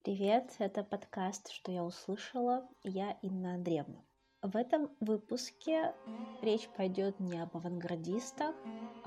Привет, это подкаст «Что я услышала». Я Инна Андреевна. В этом выпуске речь пойдет не об авангардистах,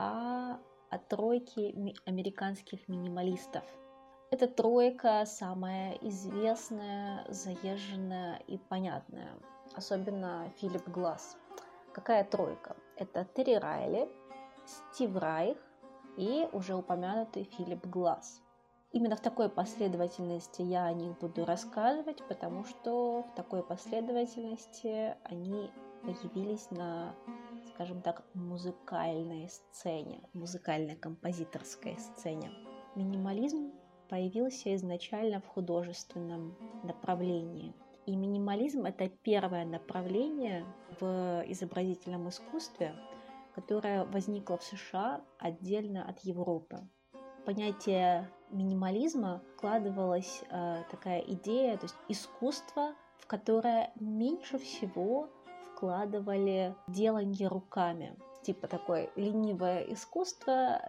а о тройке американских минималистов. Эта тройка самая известная, заезженная и понятная, особенно Филипп Гласс. Какая тройка? Это Терри Райли, Стив Райх и уже упомянутый Филипп Гласс. Именно в такой последовательности я о них буду рассказывать, потому что в такой последовательности они появились на, скажем так, музыкальной сцене, музыкально-композиторской сцене. Минимализм появился изначально в художественном направлении. И минимализм – это первое направление в изобразительном искусстве, которое возникло в США отдельно от Европы. В понятие минимализма вкладывалась такая идея, то есть искусство, в которое меньше всего вкладывали делание руками. Типа такое ленивое искусство,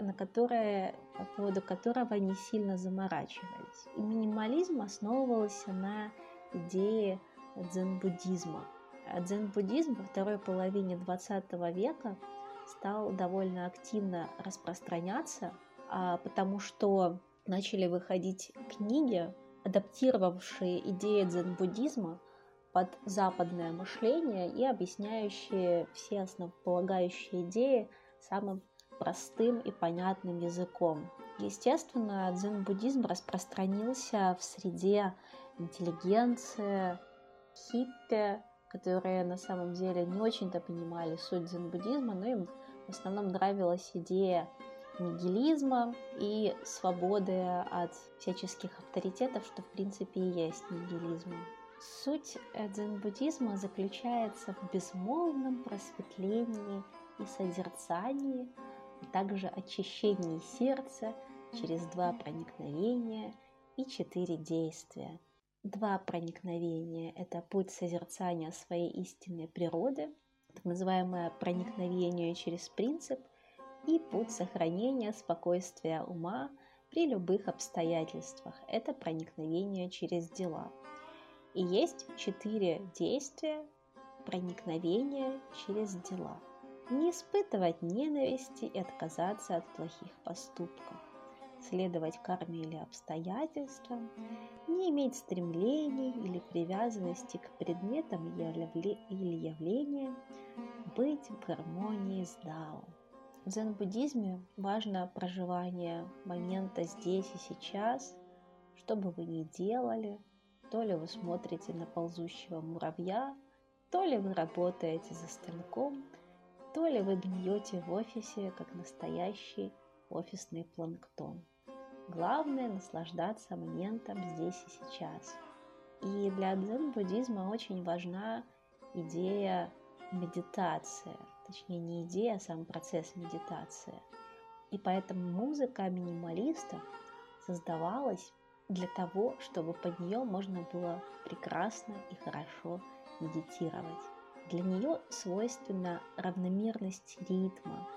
по поводу которого не сильно заморачивались. И минимализм основывался на идее дзен-буддизма. Дзен-буддизм во второй половине 20 века стал довольно активно распространяться, потому что начали выходить книги, адаптировавшие идеи дзен-буддизма под западное мышление и объясняющие все основополагающие идеи самым простым и понятным языком. Естественно, дзен-буддизм распространился в среде интеллигенции, хиппи, которые на самом деле не очень-то понимали суть дзен-буддизма, но им в основном нравилась идея нигилизма и свободы от всяческих авторитетов, что в принципе и есть нигилизм. Суть дзен-буддизма заключается в безмолвном просветлении и созерцании, а также очищении сердца через 2 проникновения и 4 действия. 2 проникновения – это путь созерцания своей истинной природы, так называемое проникновение через принцип, и путь сохранения спокойствия ума при любых обстоятельствах – это проникновение через дела. И есть 4 действия проникновения через дела. Не испытывать ненависти и отказаться от плохих поступков, следовать карме или обстоятельствам, не иметь стремлений или привязанности к предметам или явлениям, быть в гармонии с Дао. В дзен-буддизме важно проживание момента здесь и сейчас, что бы вы ни делали, то ли вы смотрите на ползущего муравья, то ли вы работаете за станком, то ли вы гниете в офисе, как настоящий офисный планктон. Главное – наслаждаться моментом здесь и сейчас. И для дзен-буддизма очень важна идея медитации. Точнее, не идея, а сам процесс медитации. И поэтому музыка минималистов создавалась для того, чтобы под нее можно было прекрасно и хорошо медитировать. Для нее свойственна равномерность ритма,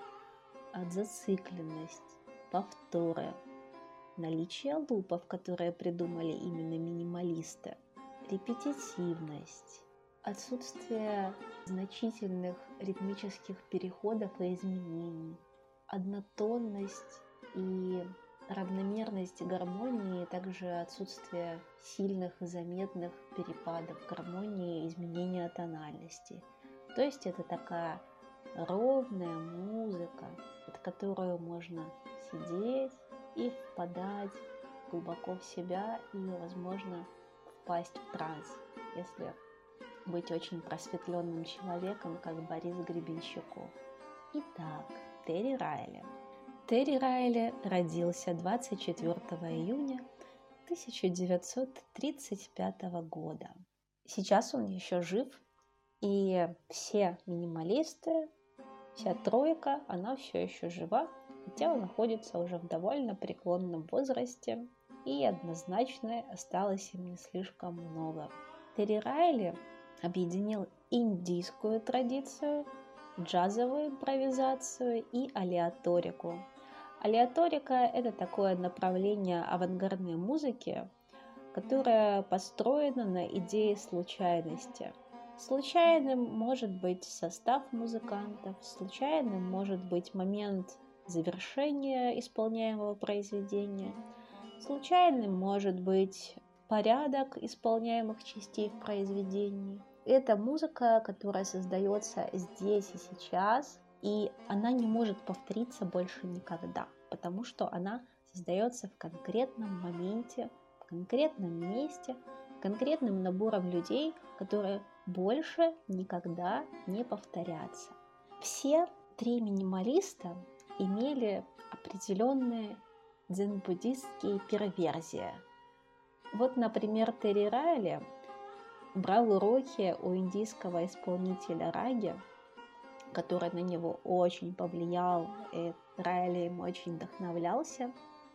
зацикленность, повторы, наличие лупов, которые придумали именно минималисты, репетитивность, отсутствие значительных ритмических переходов и изменений, однотонность и равномерность гармонии, также отсутствие сильных и заметных перепадов гармонии и изменения тональности. То есть это такая ровная музыка, под которую можно сидеть и впадать глубоко в себя и, возможно, впасть в транс, если быть очень просветленным человеком, как Борис Гребенщиков. Итак, Терри Райли. Терри Райли родился 24 июня 1935 года. Сейчас он еще жив, и все минималисты, вся тройка, она все еще жива, хотя он находится уже в довольно преклонном возрасте, и однозначно осталось им не слишком много. Терри Райли объединил индийскую традицию, джазовую импровизацию и алеаторику. Алеаторика – это такое направление авангардной музыки, которая построена на идее случайности. Случайным может быть состав музыкантов, случайным может быть момент завершения исполняемого произведения, случайным может быть порядок исполняемых частей в произведении. Это музыка, которая создается здесь и сейчас, и она не может повториться больше никогда, потому что она создается в конкретном моменте, в конкретном месте, конкретным набором людей, которые больше никогда не повторятся. Все три минималиста имели определенные дзен-буддистские перверсии. Вот, например, Терри Райли брал уроки у индийского исполнителя раги, который на него очень повлиял, и Райли им очень вдохновлялся,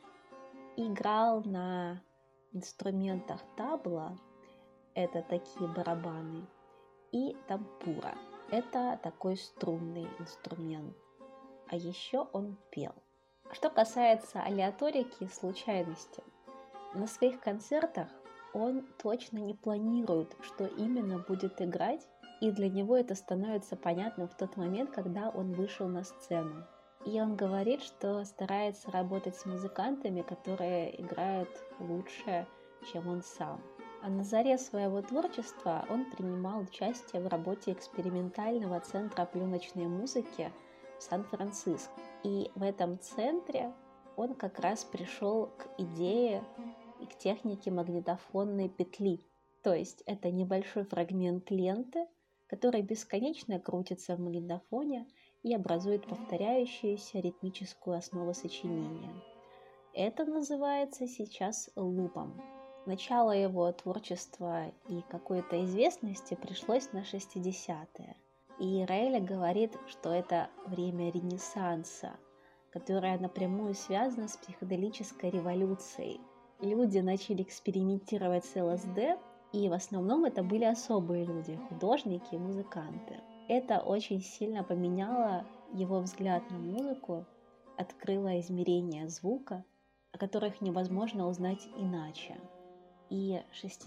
играл на инструментах табла, это такие барабаны, и тампура, это такой струнный инструмент. А еще он пел. Что касается алеаторики и случайности, на своих концертах он точно не планирует, что именно будет играть, и для него это становится понятным в тот момент, когда он вышел на сцену. И он говорит, что старается работать с музыкантами, которые играют лучше, чем он сам. А на заре своего творчества он принимал участие в работе экспериментального центра пленочной музыки в Сан-Франциско. И в этом центре он как раз пришел к идее и к технике магнитофонной петли. То есть это небольшой фрагмент ленты, который бесконечно крутится в магнитофоне и образует повторяющуюся ритмическую основу сочинения. Это называется сейчас лупом. Начало его творчества и какой-то известности пришлось на 60-е. И Райли говорит, что это время Ренессанса, которое напрямую связано с психоделической революцией. Люди начали экспериментировать с ЛСД, и в основном это были особые люди, художники и музыканты. Это очень сильно поменяло его взгляд на музыку, открыло измерения звука, о которых невозможно узнать иначе. И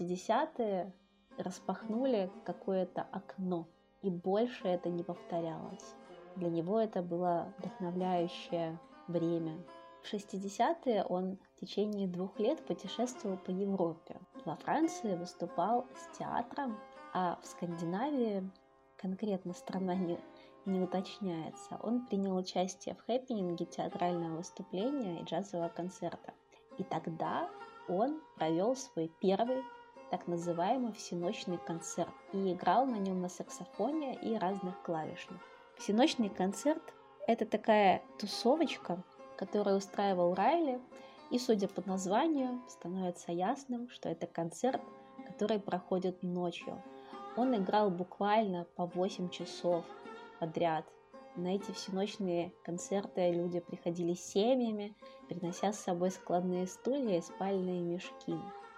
60-е распахнули какое-то окно, и больше это не повторялось. Для него это было вдохновляющее время. В 60-е он в течение 2 лет путешествовал по Европе. Во Франции выступал с театром, а в Скандинавии, конкретно страна не уточняется, он принял участие в хэппининге театрального выступления и джазового концерта. И тогда он провел свой первый так называемый всеночный концерт и играл на нем на саксофоне и разных клавишных. Всеночный концерт – это такая тусовочка, которую устраивал Райли, и, судя по названию, становится ясным, что это концерт, который проходит ночью. Он играл буквально по 8 часов подряд. На эти всеночные концерты люди приходили с семьями, принося с собой складные стулья и спальные мешки.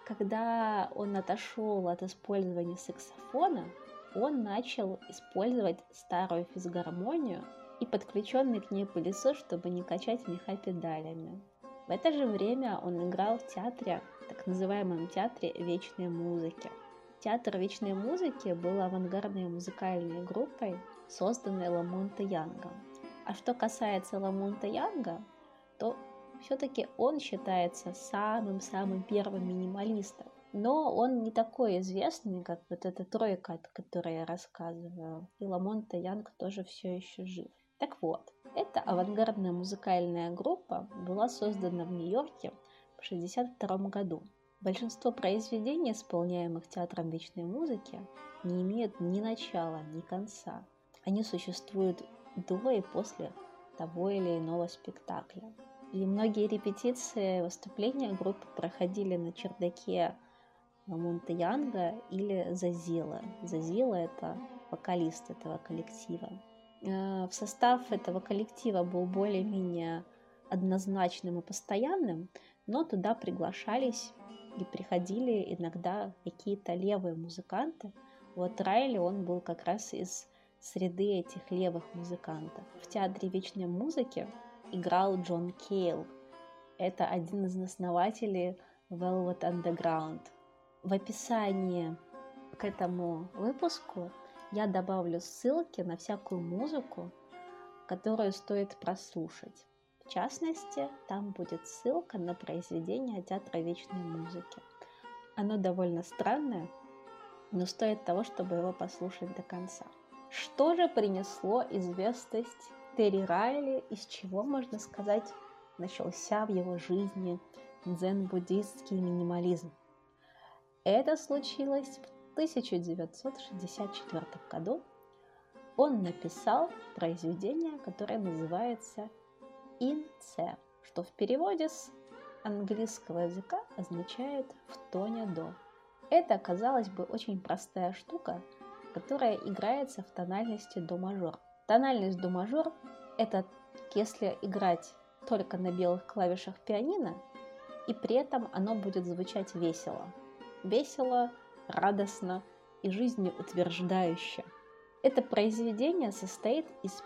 Когда он отошел от использования саксофона, он начал использовать старую физгармонию и подключенный к ней пылесос, чтобы не качать меха педалями. В это же время он играл в театре, так называемом театре вечной музыки. Театр вечной музыки был авангардной музыкальной группой, созданной Ламонте Янгом. А что касается Ламонте Янга, то все-таки он считается самым-самым первым минималистом. Но он не такой известный, как вот эта тройка, о которой я рассказываю. И Ламонте Янг тоже все еще жив. Так вот, эта авангардная музыкальная группа была создана в Нью-Йорке в 1962 году. Большинство произведений, исполняемых Театром вечной музыки, не имеют ни начала, ни конца. Они существуют до и после того или иного спектакля. И многие репетиции, выступления группы проходили на чердаке Ламонте Янга или Зазилы. Зазила – это вокалист этого коллектива. В состав этого коллектива был более-менее однозначным и постоянным, но туда приглашались и приходили иногда какие-то левые музыканты. Вот Райли, он был как раз из среды этих левых музыкантов. В Театре вечной музыки играл Джон Кейл. Это один из основателей Velvet Underground. В описании к этому выпуску я добавлю ссылки на всякую музыку, которую стоит прослушать. В частности, там будет ссылка на произведение Театра вечной музыки. Оно довольно странное, но стоит того, чтобы его послушать до конца. Что же принесло известность Терри Райли, из чего, можно сказать, начался в его жизни дзен-буддистский минимализм? Это случилось в 1964 году. Он написал произведение, которое называется «In C», что в переводе с английского языка означает «в тоне до». Это, казалось бы, очень простая штука, которая играется в тональности до мажор. Тональность до мажор – это если играть только на белых клавишах пианино, и при этом оно будет звучать весело. Весело, радостно и жизнеутверждающе. Это произведение состоит из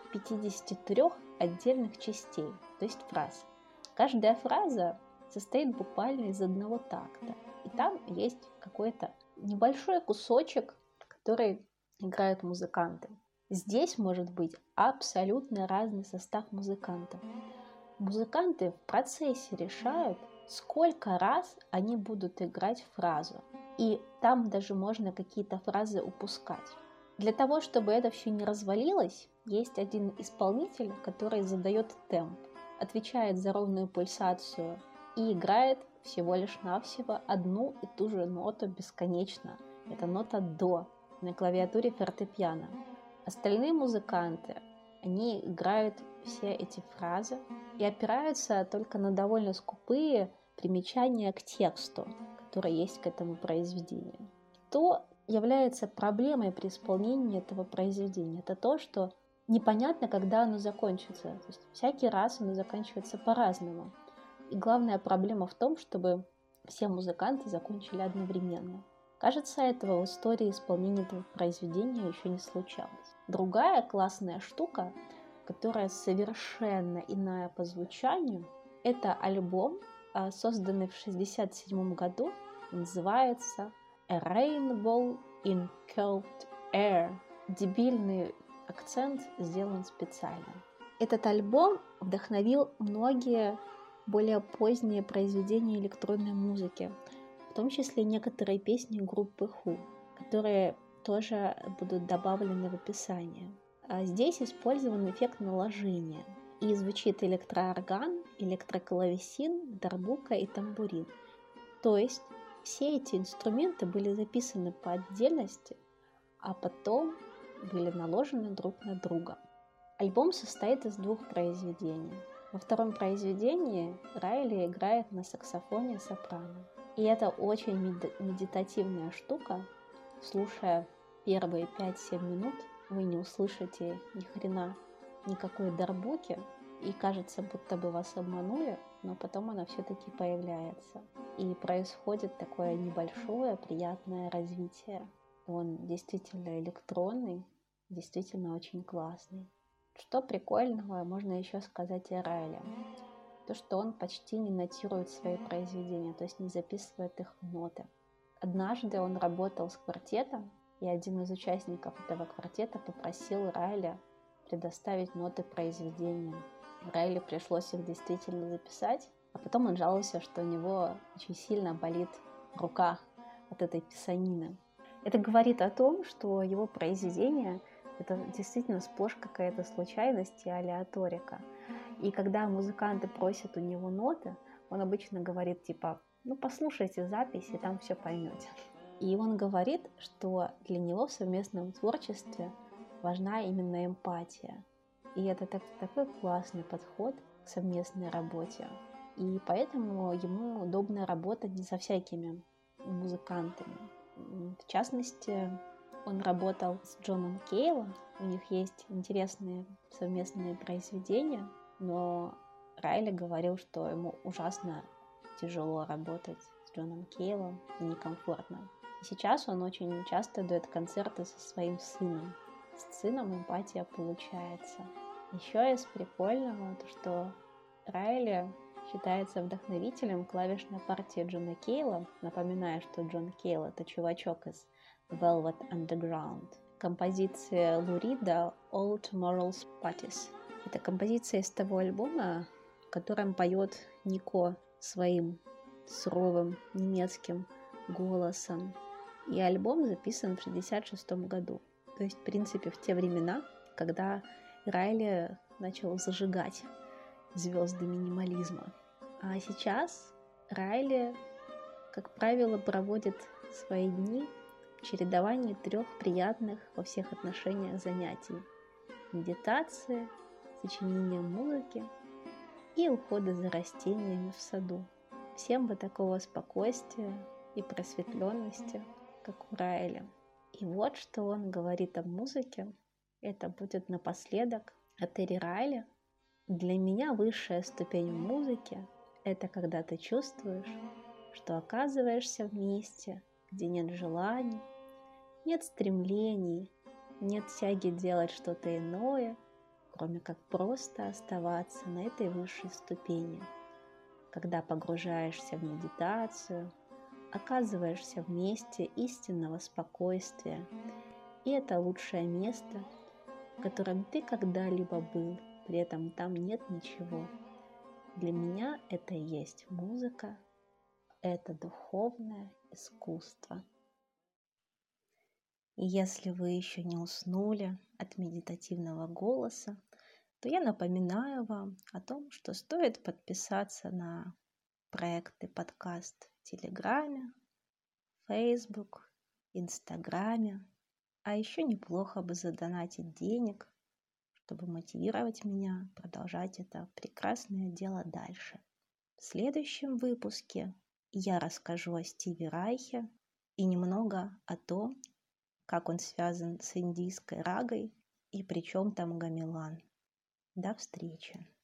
53 отдельных частей, то есть фраз. Каждая фраза состоит буквально из одного такта. И там есть какой-то небольшой кусочек, который играют музыканты. Здесь может быть абсолютно разный состав музыкантов. Музыканты в процессе решают, сколько раз они будут играть фразу. И там даже можно какие-то фразы упускать. Для того, чтобы это все не развалилось, есть один исполнитель, который задает темп, отвечает за ровную пульсацию и играет всего лишь навсего одну и ту же ноту бесконечно. Это нота до на клавиатуре фортепиано. Остальные музыканты, они играют все эти фразы и опираются только на довольно скупые примечания к тексту, которые есть к этому произведению. Что является проблемой при исполнении этого произведения? Это то, что непонятно, когда оно закончится. То есть всякий раз оно заканчивается по-разному. И главная проблема в том, чтобы все музыканты закончили одновременно. Кажется, этого в истории исполнения этого произведения еще не случалось. Другая классная штука, которая совершенно иная по звучанию, это альбом, созданный в 1967 году, называется A Rainbow in Cold Air. Дебильный акцент сделан специально. Этот альбом вдохновил многие более поздние произведения электронной музыки, в том числе некоторые песни группы Who, которые тоже будут добавлены в описание. Здесь использован эффект наложения, и звучит электроорган, электроклавесин, дарбука и тамбурин. То есть все эти инструменты были записаны по отдельности, а потом были наложены друг на друга. Альбом состоит из 2 произведений. Во втором произведении Райли играет на саксофоне сопрано. И это очень медитативная штука. Слушая первые 5-7 минут, вы не услышите ни хрена никакой дарбуки, и кажется, будто бы вас обманули, но потом она все-таки появляется. И происходит такое небольшое приятное развитие. Он действительно электронный, действительно очень классный. Что прикольного можно еще сказать о Райле? То, что он почти не нотирует свои произведения, то есть не записывает их в ноты. Однажды он работал с квартетом, и один из участников этого квартета попросил Райля предоставить ноты произведения. Райле пришлось их действительно записать, а потом он жаловался, что у него очень сильно болит рука от этой писанины. Это говорит о том, что его произведения — это действительно сплошь какая-то случайность и алеаторика. И когда музыканты просят у него ноты, он обычно говорит типа: ну послушайте запись, и там все поймете. И он говорит, что для него в совместном творчестве важна именно эмпатия. И это такой классный подход к совместной работе. И поэтому ему удобно работать не со всякими музыкантами. В частности, он работал с Джоном Кейлом, у них есть интересные совместные произведения, но Райли говорил, что ему ужасно тяжело работать с Джоном Кейлом и некомфортно. И сейчас он очень часто дает концерты со своим сыном. С сыном эмпатия получается. Еще из прикольного то, что Райли считается вдохновителем клавишной партии Джона Кейла. Напоминаю, что Джон Кейл — это чувачок из Velvet Underground. Композиция Лу Рида «All Tomorrow's Parties». Это композиция из того альбома, в котором поет Нико своим суровым немецким голосом. И альбом записан в 1966 году. То есть, в принципе, в те времена, когда Райли начал зажигать звезды минимализма. А сейчас Райли, как правило, проводит свои дни в чередовании 3 приятных во всех отношениях занятий: медитации, сочинения музыки и ухода за растениями в саду. Всем бы такого спокойствия и просветленности, как у Райли. И вот что он говорит о музыке. Это будет напоследок от Терри Райли. Для меня высшая ступень в музыке — это когда ты чувствуешь, что оказываешься в месте, где нет желаний, нет стремлений, нет тяги делать что-то иное, кроме как просто оставаться на этой высшей ступени. Когда погружаешься в медитацию, оказываешься в месте истинного спокойствия, и это лучшее место, в котором ты когда-либо был, при этом там нет ничего. Для меня это и есть музыка, это духовное искусство. И если вы еще не уснули от медитативного голоса, то я напоминаю вам о том, что стоит подписаться на проекты подкаст в Телеграме, Facebook, Инстаграме. А еще неплохо бы задонатить денег, чтобы мотивировать меня продолжать это прекрасное дело дальше. В следующем выпуске я расскажу о Стиве Райхе и немного о том, как он связан с индийской рагой и при чем там гамелан. До встречи!